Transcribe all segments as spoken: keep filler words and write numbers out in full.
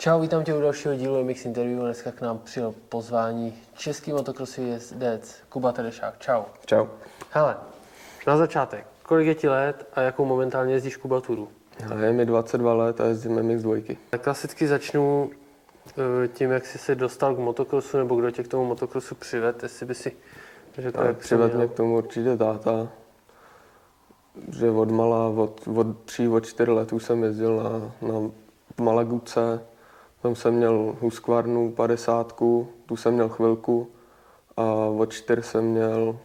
Čau, vítám tě u dalšího dílu M X Interview. Dneska k nám přijel pozvání český motokrosový jezdec Kuba Terešák. Čau. Čau. Hele, na začátek, kolik je ti let a jakou momentálně jezdíš Kuba Turu? Je mi dvacet dva let a jezdím M X dva. Tak klasicky začnu tím, jak jsi se dostal k motokrosu, nebo kdo tě k tomu motokrosu přived, jestli by si řekl, jak přived mě k tomu určitě táta, že od mala, od, od tří, od čtyř let už jsem jezdil na, na Malaguce, tam jsem měl Husqvarnu padesátku, tu jsem měl chvilku a od čtyř jsem měl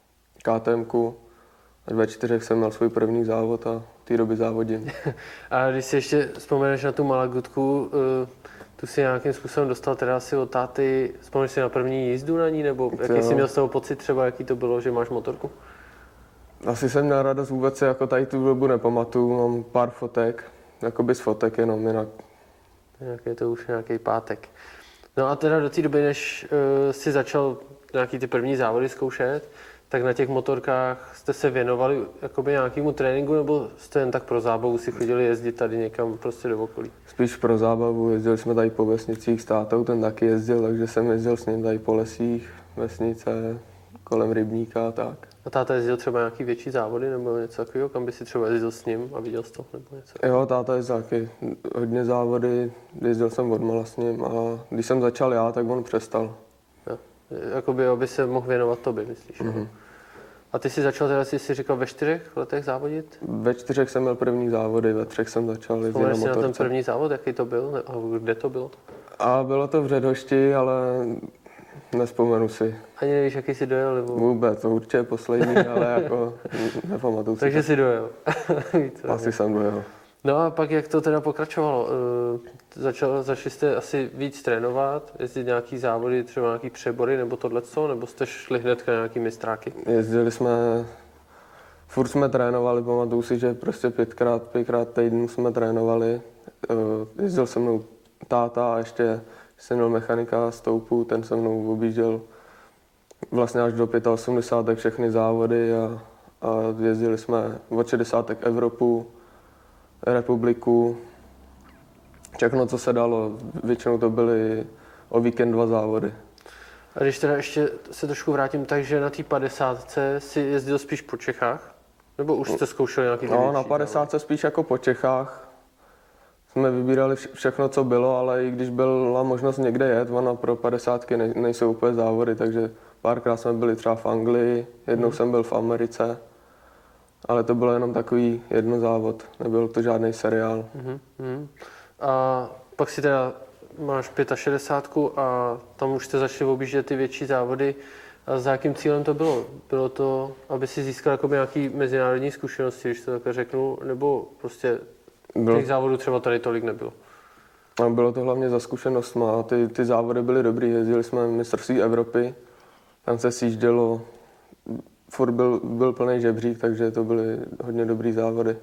KTMku a ve čtyřech jsem měl svůj první závod a v té doby závodím. A když si ještě vzpomeneš na tu Malagutku, tu si nějakým způsobem dostal teda asi od táty, vzpomeneš si na první jízdu na ní, nebo jaký jsi měl z toho pocit třeba, jaký to bylo, že máš motorku? Asi jsem měl radost, vůbec si jako tady tu dobu nepamatuju, mám pár fotek, jakoby z fotek jenom, jinak. Jak je to už nějaký pátek. No a teda do té doby, než uh, jsi začal nějaký ty první závody zkoušet, tak na těch motorkách jste se věnovali jakoby nějakému tréninku, nebo jste jen tak pro zábavu si chodili jezdit tady někam prostě do okolí? Spíš pro zábavu, jezdili jsme tady po vesnicích s tátou, ten taky jezdil, takže jsem jezdil s ním tady po lesích, vesnice, kolem rybníka a tak. A táta jezdil třeba nějaký větší závody nebo něco takového, kam by si třeba jezdil s ním a viděl jsi to nebo něco? Jo, táta jezdil taky hodně závody, jezdil jsem odmala s ním a když jsem začal já, tak on přestal. Jo. Jakoby, aby se mohl věnovat tobě, myslíš? Mm-hmm. A ty jsi začal teda, jsi si říkal, ve čtyřech letech závodit? Ve čtyřech jsem měl první závody, ve třech jsem začal jezdit na motorce. na ten první závod, jaký to byl a kde to bylo? A bylo to v Ředošti, ale nespomenu si. Ani nevíš, jaký jsi dojel? Nebo... Vůbec, to určitě poslední, ale jako nepamatuju si. Takže jsi dojel? Asi jsem dojel. No a pak jak to teda pokračovalo? Začal, začali jste asi víc trénovat, jezdit nějaký závody, třeba nějaký přebory nebo tohleto, nebo jste šli hned na nějaký mistráky? Jezdili jsme, furt jsme trénovali, pamatuju si, že prostě pětkrát, pětkrát týdnu jsme trénovali. Jezdil se mnou táta a ještě jsem měl mechanika Stoupu, ten se mnou objížděl vlastně až do osmdesát pět všechny závody a, a jezdili jsme od šedesát Evropu, republiku, všechno, co se dalo, většinou to byly o víkend dva závody. A když teda ještě se trošku vrátím, takže na té padesátce si jezdil spíš po Čechách? Nebo už jste zkoušeli nějaký No, na padesátce spíš jako po Čechách. Jsme vybírali všechno, co bylo, ale i když byla možnost někde jet, ona pro padesátky nejsou úplně závody, takže párkrát jsme byli třeba v Anglii, jednou hmm. jsem byl v Americe, ale to bylo jenom takový jedno závod, nebyl to žádný seriál. Hmm. A pak si teda máš šedesát pět a tam už jste začali objíždět ty větší závody. A za jakým cílem to bylo? Bylo to, aby si získal nějaký mezinárodní zkušenosti, když to takhle řeknu, nebo prostě bylo... těch závodů třeba tady tolik nebylo? A bylo to hlavně za zkušenostma. Ty, ty závody byly dobrý, jezdili jsme mistrovství Evropy, tam se sjíždělo, furt byl, byl plný žebřík, takže to byly hodně dobrý závody.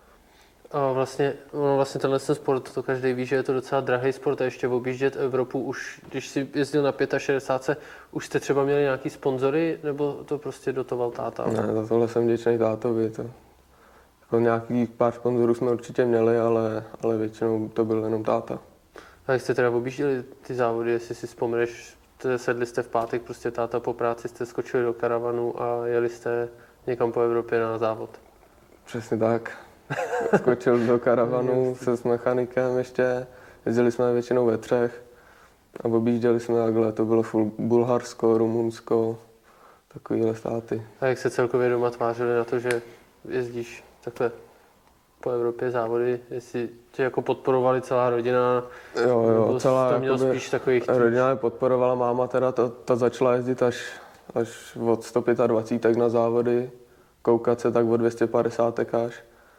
A vlastně, no vlastně tenhle sport, to každý ví, že je to docela drahý sport a ještě objíždět Evropu už, když jsi jezdil na šedesát pět, už jste třeba měli nějaký sponzory, nebo to prostě dotoval táta? Ne, za tohle jsem vděčný tátovi. To, jako nějakých pár sponzorů jsme určitě měli, ale, ale většinou to byl jenom táta. A jak jste teda objížděli ty závody, jestli si vzpomeneš, sedli jste v pátek, prostě táta po práci, jste skočili do karavanu a jeli jste někam po Evropě na závod? Přesně tak. Skočil do karavanu se s mechanikem ještě, jezdili jsme většinou ve třech a objížděli jsme takhle, to bylo full Bulharsko, Rumunsko, takovýhle státy. A jak se celkově doma tvářili na to, že jezdíš takhle po Evropě závody, jestli tě jako podporovali celá rodina? Jo, jo, celá měl spíš takových rodina je podporovala, máma teda ta, ta začala jezdit až, až od sto dvacet pět na závody, koukat se tak od dvě stě padesát až.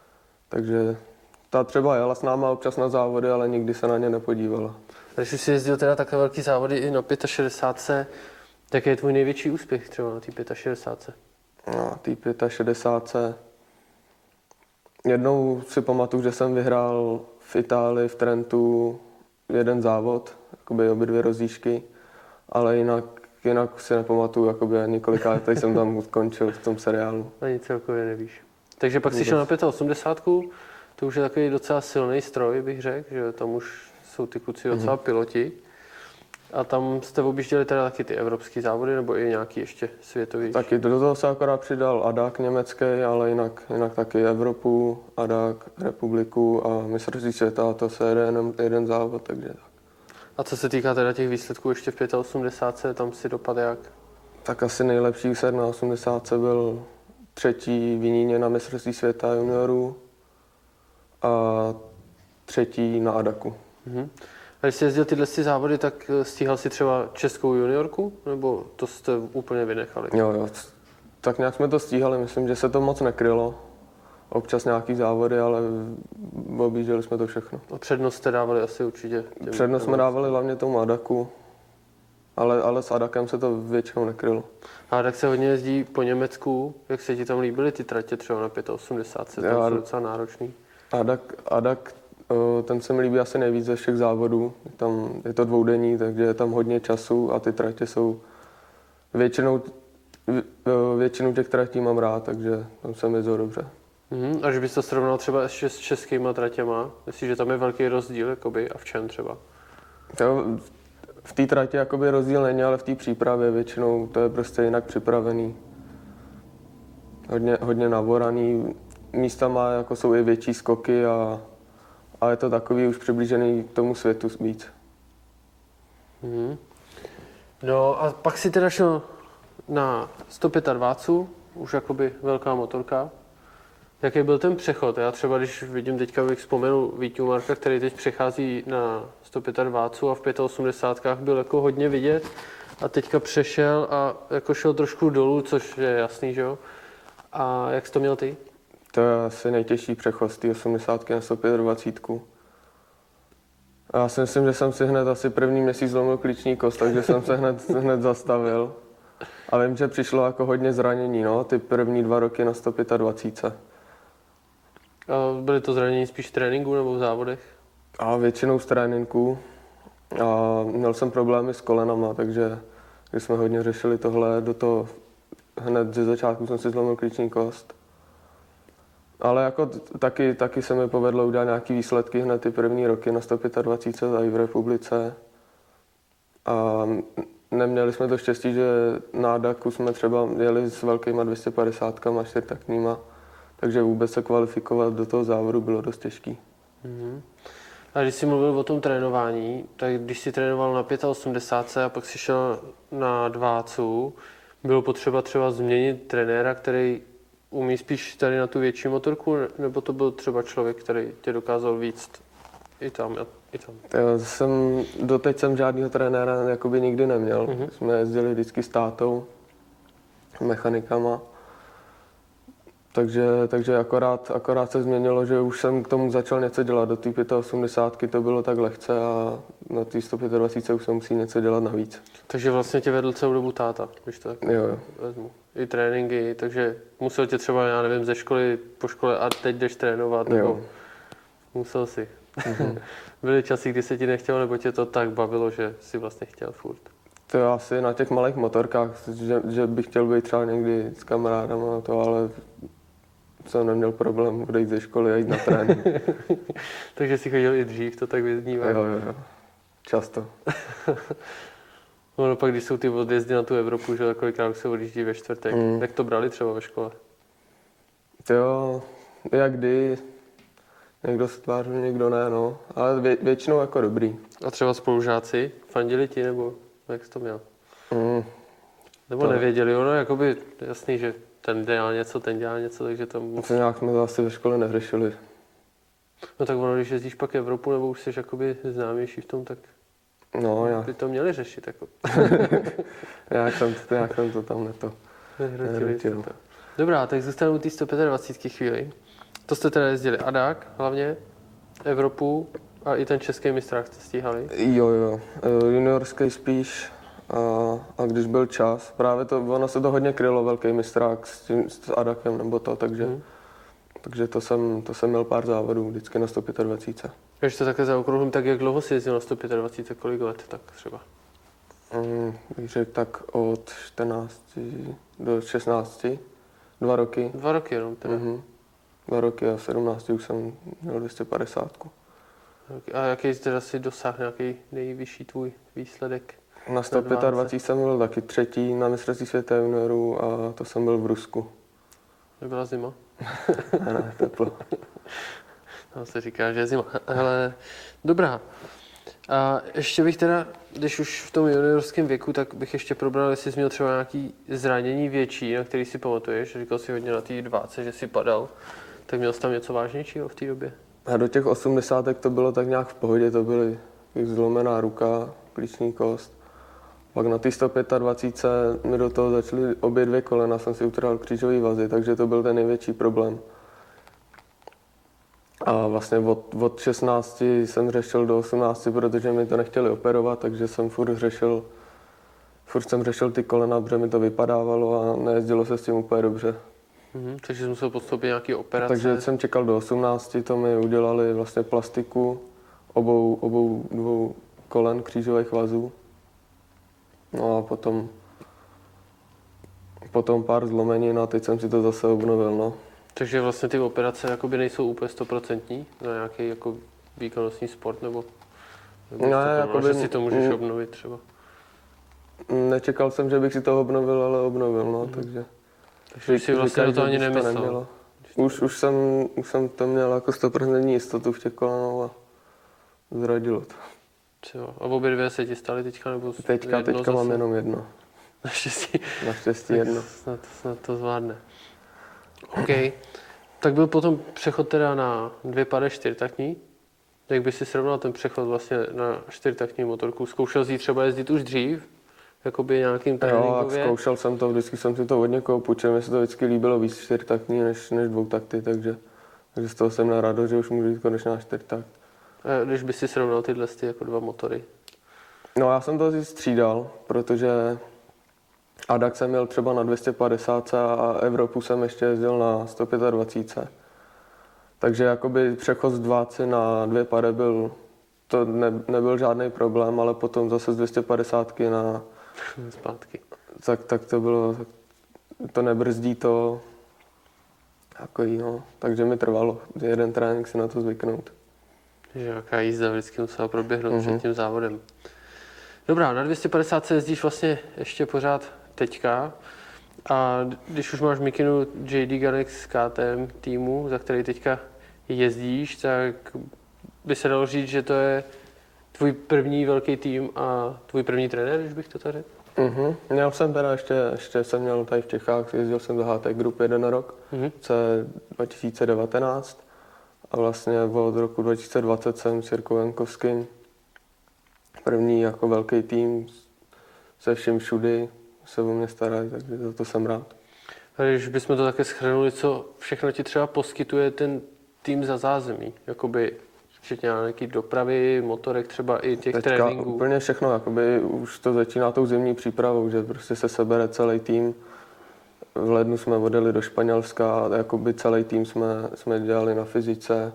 Takže ta třeba jela s náma občas na závody, ale nikdy se na ně nepodívala. Když jsi jezdil teda takové velký závody i na šedesát pět, tak je tvůj největší úspěch třeba na té šedesát pět? Na té šedesát pět. Jednou si pamatuju, že jsem vyhrál v Itálii, v Trentu jeden závod, jakoby obě dvě rozdížky, ale jinak, jinak si nepamatuju, jakoby několikrát tady jsem tam skončil v tom seriálu. Ani celkově nevíš. Takže pak si šel na osmdesát pět, to už je takový docela silný stroj, bych řekl, že tam už jsou ty kluci docela mm. piloti. A tam jste objížděli teda taky ty evropské závody, nebo i nějaký ještě světový? Taky do toho se akorát přidal Adak německý, ale jinak, jinak taky Evropu, Adak, Republiku a mistrovství světa, to se jede jenom jeden závod, takže tak. A co se týká teda těch výsledků ještě v osmdesát pět, tam si dopad jak? Tak asi nejlepší úsek na osmdesát byl třetí v Jiníně na mistrovství světa juniorů a třetí na Adaku. Mm-hmm. A když jsi jezdil tyhle závody, tak stíhal si třeba českou juniorku, nebo to jste úplně vynechali? Jo, jo, tak nějak jsme to stíhali, myslím, že se to moc nekrylo. Občas nějaký závody, ale objížděli jsme to všechno. A přednost jste dávali asi určitě? Přednost jsme dávali hlavně tomu Adaku, ale, ale s Adakem se to většinou nekrylo. A Adak se hodně jezdí po Německu, jak se ti tam líbily ty tratě třeba na osmdesát pět, to je docela náročný. Adak, Adak, ten se mi líbí asi nejvíc ze všech závodů, tam je to dvoudenní, takže je tam hodně času a ty tratě jsou většinou, většinou těch tratí mám rád, takže tam jsem jezdil dobře. Mm, a když bys to srovnal třeba ještě s českýma tratěma, myslíš, že tam je velký rozdíl jakoby, a v čem třeba? Jo, v té trati jakoby rozdíl není, ale v té přípravě většinou to je prostě jinak připravený. Hodně, hodně naboraný, místama jako jsou i větší skoky a, a je to takový už přiblížený k tomu světu víc. Mm. No a pak si teda šel na sto dvacet pět, už jakoby velká motorka. Jaký byl ten přechod? Já třeba, když vidím teďka, bych vzpomenu Víťu Marka, který teď přechází na sto dvacet pět a v osmdesát pět byl jako hodně vidět a teďka přešel a jako šel trošku dolů, což je jasný, že jo? A jak jsi to měl ty? To je asi nejtěžší přechod z té osmdesátky na sto dvacet pět. A já si myslím, že jsem si hned asi první měsíc zlomil klíční kost, takže jsem se hned, hned zastavil. A vím, že přišlo jako hodně zranění, no, ty první dva roky na sto dvacet pět. A byly to zranění spíš v tréninku nebo v závodech? A většinou z tréninku. A měl jsem problémy s kolenama, takže když jsme hodně řešili tohle, do toho hned ze začátku jsem si zlomil klíční kost. Ale jako taky, taky se mi povedlo udělat nějaké výsledky hned ty první roky na sto dvacet pět a i v republice. A neměli jsme to štěstí, že na Adaku jsme třeba jeli s velkýma dvě stě padesát a čtyřtaktníma, takže vůbec se kvalifikovat do toho závodu bylo dost těžký. Mm-hmm. A když jsi mluvil o tom trénování, tak když jsi trénoval na osmdesát pět a pak jsi šel na dvacet, bylo potřeba třeba změnit trenéra, který umí spíš tady na tu větší motorku, nebo to byl třeba člověk, který tě dokázal víc i tam, i tam? Já jsem, doteď jsem žádného trenéra jakoby nikdy neměl. Mm-hmm. Jsme jezdili vždycky s tátou, mechanikama. Takže, takže akorát, akorát se změnilo, že už jsem k tomu začal něco dělat. Do té osmdesát pět to bylo tak lehce a na té sto dvacet pět už jsem musel něco dělat navíc. Takže vlastně tě vedl celou dobu táta, když to tak jo, jo. vezmu. I tréninky, takže musel tě třeba, já nevím, ze školy po škole a teď jdeš trénovat, nebo jo. Musel si. Mm-hmm. Byly časy, kdy se ti nechtělo, nebo tě to tak bavilo, že si vlastně chtěl furt? To je asi na těch malých motorkách, že, že bych chtěl být třeba někdy s kamarádama, to, ale jsem neměl problém odejít ze školy a jít na trénink. Takže jsi chodil i dřív, to tak vyznívá. Jo, jo, jo. Často. No, no pak, když jsou ty odjezdy na tu Evropu, že kolikrát se odjíždí ve čtvrtek, mm. jak to brali třeba ve škole? Jo, jak kdy. Někdo se tvářil, někdo ne, no. Ale vě, většinou jako dobrý. A třeba spolužáci fandili ti, nebo jak jsi to měl? Mm. Nebo to nevěděli, ono jakoby jasný, že ten dělá něco, ten dělá něco, takže tam... To nějak jsme to asi ve škole neřešili. No tak ono, když jezdíš pak Evropu, nebo už jsi jakoby známější v tom, tak no, já. by to měli řešit. Jako. nějak, jsem to, nějak jsem to tam neto. Nehrotil. Dobrá, tak zůstanu u té sto dvacet pět chvíli. To jste teda jezdili Adak hlavně, Evropu a i ten český mistrák jste stíhali? Jo, jo. Juniorský spíš. A, a když byl čas, právě to, ono se to hodně krylo, velký mistrák s, tím, s Adakem nebo to, takže, hmm. takže to, jsem, to jsem měl pár závodů vždycky na sto dvacet pět. Když to takhle zaokrouhlím, tak jak dlouho jsi jezdil na sto dvacet pět, kolik let tak třeba? Mm, bych řekl tak od čtrnácti do šestnácti, dva roky. Dva roky jenom teda? Mm-hmm. Dva roky a v sedmnácti už jsem měl dvě stě padesát. A jaký teda si dosáhl nějaký nejvyšší tvůj výsledek? Na sto dvacet pět jsem byl taky třetí na mistrovství světa juniorů a to jsem byl v Rusku. Nebyla zima? ne, ne, teplo. No, se říká, že je zima. Ale dobrá. A ještě bych teda, když už v tom juniorském věku, tak bych ještě probral, jestli jsi měl třeba nějaký zranění větší, na který si pamatuješ. Říkal jsi hodně na té dváce, že jsi padal. Tak měl jsi tam něco vážnějšího v té době? A do těch osmdesátek to bylo tak nějak v pohodě, to byly zlomená ruka, klíční kost. Pak na té sto dvacet pět mi do toho začaly obě dvě kolena, jsem si utrhal křížový vazy, takže to byl ten největší problém. A vlastně od, od šestnácti jsem řešil do osmnácti, protože mi to nechtěli operovat, takže jsem furt řešil, furt jsem řešil ty kolena, protože mi to vypadávalo a nejezdilo se s tím úplně dobře. Mhm, takže jsem musel podstoupit nějaké operace. Takže jsem čekal do osmnácti, to mi udělali vlastně plastiku obou, obou dvou kolen křížových vazů. No a potom, potom pár zlomenin a teď jsem si to zase obnovil, no. Takže vlastně ty operace jakoby nejsou úplně stoprocentní na nějaký jako výkonnostní sport, nebo, nebo ne, to jakoby, že si to můžeš obnovit třeba? Nečekal jsem, že bych si to obnovil, ale obnovil, no, mm. takže... Takže už si vlastně do toho ani nemyslel? Už, už, jsem, už jsem to měl jako sto procent jistotu v těch kolenou a zradilo to. Jo. A obě dvě se ti staly teďka? Nebo teďka teďka zase? Mám jenom jedno. Naštěstí. Naštěstí jedno. Snad, snad to zvládne. OK. Tak byl potom přechod teda na dvě pade čtyřtaktní. Jak by si srovnal ten přechod vlastně na čtyřtaktní motorku? Zkoušel jsi třeba jezdit už dřív? Jakoby nějakým tréninkově? Jo, zkoušel jsem to, vždycky jsem si to od někoho půjčil, mně se to vždycky líbilo víc čtyřtaktní než, než dvoutakty, takže, takže z toho jsem měl radost, že už můžu jít konečně na čtyřtakt. A když by si srovnal tyhle ty jako dva motory? No já jsem to si střídal, protože Adax jsem měl třeba na dvě stě padesát a Evropu jsem ještě jezdil na sto dvacet pět. Takže jakoby přechod z dváci na dvě pade byl, to ne, nebyl žádný problém, ale potom zase z dvě stě padesát na zpátky. Tak, tak to bylo, tak to nebrzdí to, jako no. Takže mi trvalo jeden trénink si na to zvyknout. Že jaká jízda vždycky musela proběhnout mm-hmm. před tím závodem. Dobrá, na dvě stě padesát se jezdíš vlastně ještě pořád teďka. A když už máš mikinu J D Ganex K T M týmu, za který teďka jezdíš, tak by se dalo říct, že to je tvůj první velký tým a tvůj první trenér, když bych to tak řekl? Mm-hmm. Měl jsem teda ještě, ještě jsem měl tady v Čechách, jezdil jsem za H T Group jeden rok, mm-hmm. v dva tisíce devatenáct a vlastně od roku dva tisíce dvacet jsem s Jirkou Jankovským první jako velký tým se vším všudy se o mě starají, takže za to jsem rád. A když bychom to také shrnuli, co všechno ti třeba poskytuje ten tým za zázemí, jakoby včetně nějaký dopravy, motorek, třeba i těch Teďka tréninků. Úplně všechno, jakoby už to začíná tou zimní přípravou, že prostě se sebere celý tým. V lednu jsme odjeli do Španělska a jakoby celý tým jsme, jsme dělali na fyzice.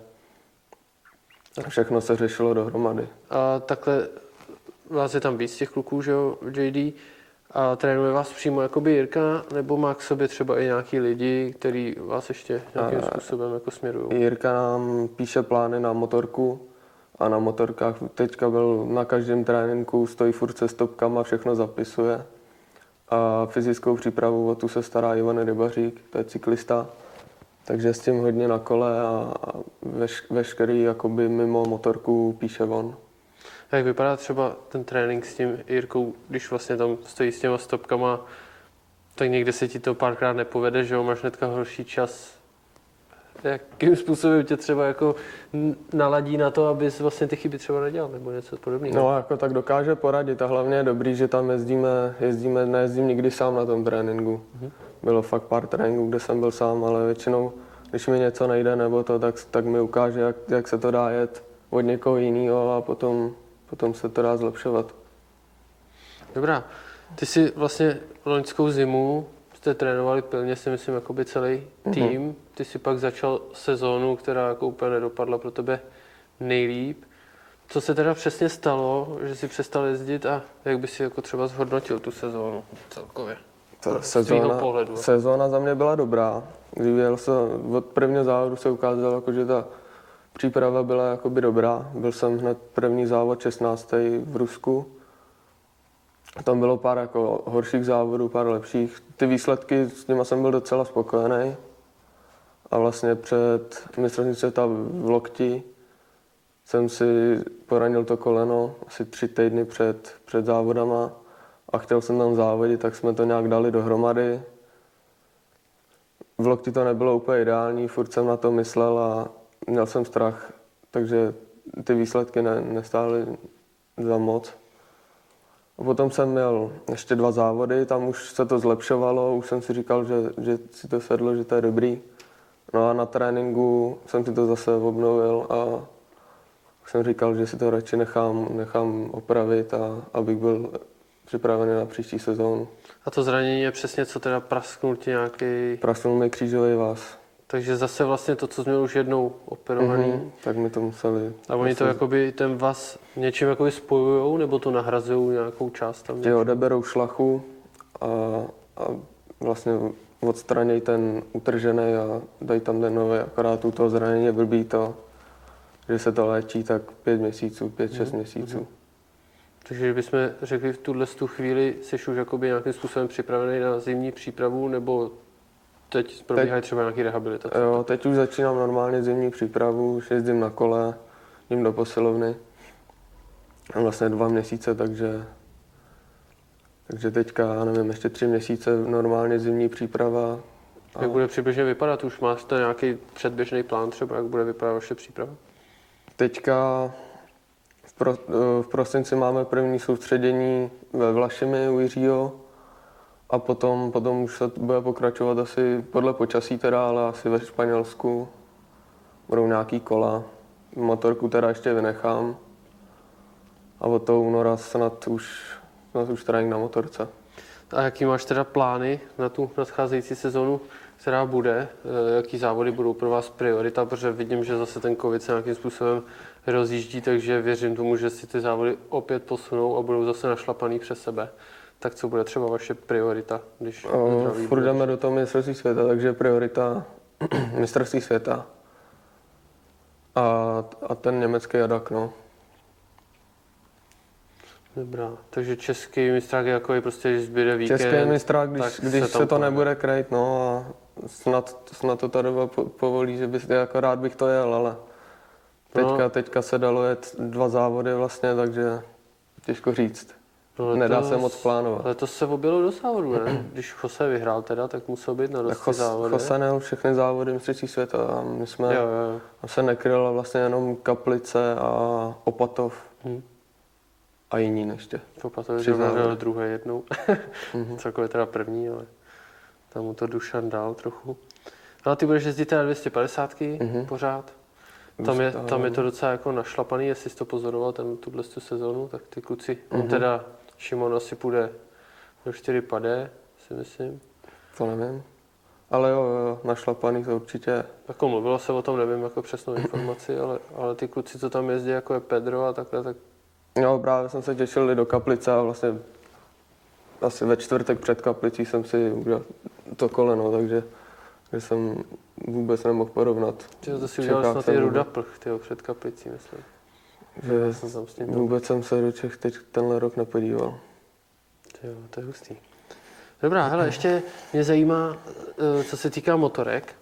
Všechno se řešilo dohromady. A takhle vás je tam víc těch kluků, že jo, J D, a trénuje vás přímo jakoby Jirka, nebo má k sobě třeba i nějaký lidi, který vás ještě nějakým a způsobem jako směrují? Jirka nám píše plány na motorku a na motorkách teďka byl na každém tréninku, stojí furt se stopkama, všechno zapisuje. A fyzickou přípravu o tu se stará Ivan Rybařík, to je cyklista. Takže s tím hodně na kole a, a veš, veškerý jakoby mimo motorku píše on. A jak vypadá třeba ten trénink s tím Jirkou, když vlastně tam stojí s těma stopkama, tak někde se ti to párkrát nepovede, že jo, máš hnedka horší čas. Jakým způsobem tě třeba jako naladí na to, abys vlastně ty chyby třeba nedělal, nebo něco podobného? No jako tak dokáže poradit a hlavně je dobrý, že tam jezdíme, jezdíme, nejezdím nikdy sám na tom tréninku. Mm-hmm. Bylo fakt pár tréninků, kde jsem byl sám, ale většinou, když mi něco nejde nebo to, tak, tak mi ukáže, jak, jak se to dá jet od někoho jiného a potom, potom se to dá zlepšovat. Dobrá. Ty jsi vlastně loňskou zimu jste trénovali pilně, si myslím, jakoby celý tým. Mm-hmm. Ty jsi pak začal sezónu, která jako úplně nedopadla pro tebe nejlíp. Co se teda přesně stalo, že jsi přestal jezdit a jak bys si jako třeba zhodnotil tu sezónu celkově? Ta sezóna, pohledu. Sezóna za mě byla dobrá. Když jel se, od prvního závodu se ukázalo, jako, že ta Příprava byla jakoby dobrá. Byl jsem hned první závod šestnáctý v Rusku. Tam bylo pár jako horších závodů, pár lepších. Ty výsledky, s nimi jsem byl docela spokojený. A vlastně před mistrovstvím světa v Lokti jsem si poranil to koleno asi tři týdny před, před závodama a chtěl jsem tam závodit, tak jsme to nějak dali dohromady. V Lokti to nebylo úplně ideální, furt jsem na to myslel a měl jsem strach, takže ty výsledky ne, nestály za moc. A potom jsem měl ještě dva závody, tam už se to zlepšovalo, už jsem si říkal, že, že si to sedlo, že to je dobrý. No a na tréninku jsem si to zase obnovil a jsem říkal, že si to radši nechám, nechám opravit, a abych byl připravený na příští sezónu. A to zranění je přesně co teda prasknul ti nějaký... Prasknul mi křížový váz. Takže zase vlastně to, co jsi měl už jednou operovaný. Mm-hmm, tak mi to museli... A oni to jakoby, ten vaz něčím jakoby spojujou, nebo to nahrazují nějakou část tam? Jo, odeberou šlachu a, a vlastně odstranějí ten utržený a dají tam ten nový, akorát u toho zranění je blbý to, že se to léčí tak pět měsíců, pět, šest mm-hmm. měsíců. Takže kdybychom řekli v tuhle tu chvíli, jsi už jakoby nějakým způsobem připravený na zimní přípravu, nebo teď probíhají třeba nějaký rehabilitace? Jo, teď už začínám normálně zimní přípravu, už jezdím na kole, jím do posilovny. Vlastně dva měsíce, takže, takže teďka, já nevím, ještě tři měsíce normálně zimní příprava. Jak bude přibližně vypadat? Už máš to nějaký předběžný plán třeba, jak bude vypadat vaše příprava? Teďka v, pro, v prosinci máme první soustředění ve Vlašimi u Jiřího a potom, potom už se bude pokračovat asi podle počasí teda, ale asi ve Španělsku budou nějaký kola. Motorku teda ještě vynechám a od toho února snad už, snad už trénink na motorce. A jaký máš teda plány na tu nadcházející sezonu, která bude? Jaký závody budou pro vás priorita? Protože vidím, že zase ten covid se nějakým způsobem rozjíždí, takže věřím tomu, že si ty závody opět posunou a budou zase našlapaný přes sebe. Tak co bude třeba vaše priorita, když o, furt jdeme do toho mistrovství světa, takže priorita mistrovství světa a, a ten německý jadak, no. Dobrá, takže český mistrák je jako prostě, když zbyde víkend. Český mistrák, když, když se, se to nebude krejt, no a snad, snad to ta doba povolí, že bys, jako rád bych to jel, ale teďka, no. teďka se dalo jet dva závody vlastně, takže těžko říct. No letos, nedá se moc plánovat. Letos se objelo do závodu, ne? Když Jose vyhrál teda, tak musel být na dosti závody. Jose nejel všechny závody mistrovství světa a my jsme jo, jo. se nekryl vlastně jenom Kaplice a Opatov. Hmm. A jiní ještě. Opatov byl druhý jednou. mm-hmm. Celkově teda první, ale tam mu to Dušan dal trochu. No a ty budeš jezdit teda dvě stě padesát mm-hmm. pořád. Tam je, tam je to docela jako našlapaný, jestli jsi to pozoroval ten tuhle sezónu, tak ty kluci, mm-hmm. on teda Šimon asi půjde do čtyři padé, si myslím. To nevím. Ale jo, jo, našlapaný to určitě. Jako mluvilo se o tom, nevím jako přesnou informaci, ale, ale ty kluci, co tam jezdí, jako je Pedro a takhle, tak... Jo, právě jsem se těšil do Kaplice a vlastně asi ve čtvrtek před Kaplicí jsem si udělal to koleno, takže že jsem vůbec nemohl porovnat. Tyjo, to si udělal snad i Ruda Plch, tyjo, před Kaplicí, myslím. Že jsem tam s tím vůbec jsem se do Čech teď tenhle rok nepodíval. Tyjo, to je hustý. Dobrá, hele, ještě mě zajímá, co se týká motorek.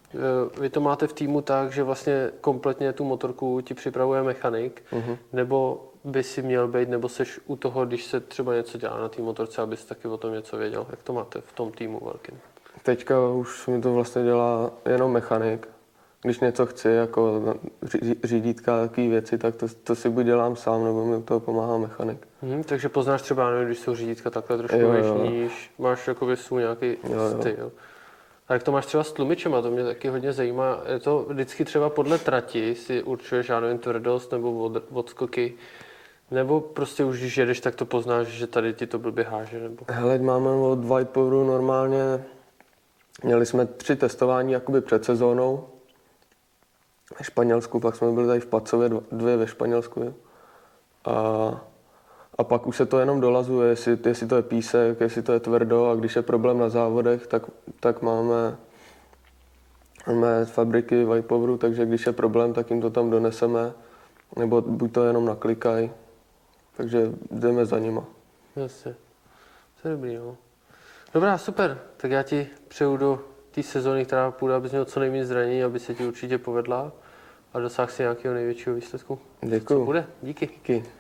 Vy to máte v týmu tak, že vlastně kompletně tu motorku ti připravuje mechanik, uh-huh. nebo by si měl být, nebo seš u toho, když se třeba něco dělá na té motorce, abys taky o tom něco věděl. Jak to máte v tom týmu velkým? Teďka už mi to vlastně dělá jenom mechanik. Když něco chci, jako řídítka, takové věci, tak to, to si buď dělám sám, nebo mi toho pomáhá mechanik. Hmm, takže poznáš třeba, nevím, když jsou řídítka takhle trošku vejšníš, máš jako svůj nějaký jo, styl. Jo. A jak to máš třeba s tlumičema, to mě taky hodně zajímá. Je to vždycky třeba podle trati, si určuješ, já nevím, tvrdost nebo od, odskoky, nebo prostě už když jedeš, tak to poznáš, že tady ti to blbě háže, nebo? Hele, máme od Whitepoweru normálně, měli jsme tři testování jakoby před sezónou ve Španělsku, pak jsme byli tady v Pacově, dvě ve Španělsku. A, a pak už se to jenom dolazuje, jestli, jestli to je písek, jestli to je tvrdo, a když je problém na závodech, tak, tak máme Máme fabriky Vipoveru, takže když je problém, tak jim to tam doneseme, nebo buď to jenom naklikají, takže jdeme za nima. Jasně, to je dobrý, no. Dobrá, super, tak já ti přeju do té sezóny, která půjde, abys měl co nejméně zranění, aby se ti určitě povedla a dosáhl si nějakého největšího výsledku. Děkuju. Co bude? Díky. Díky.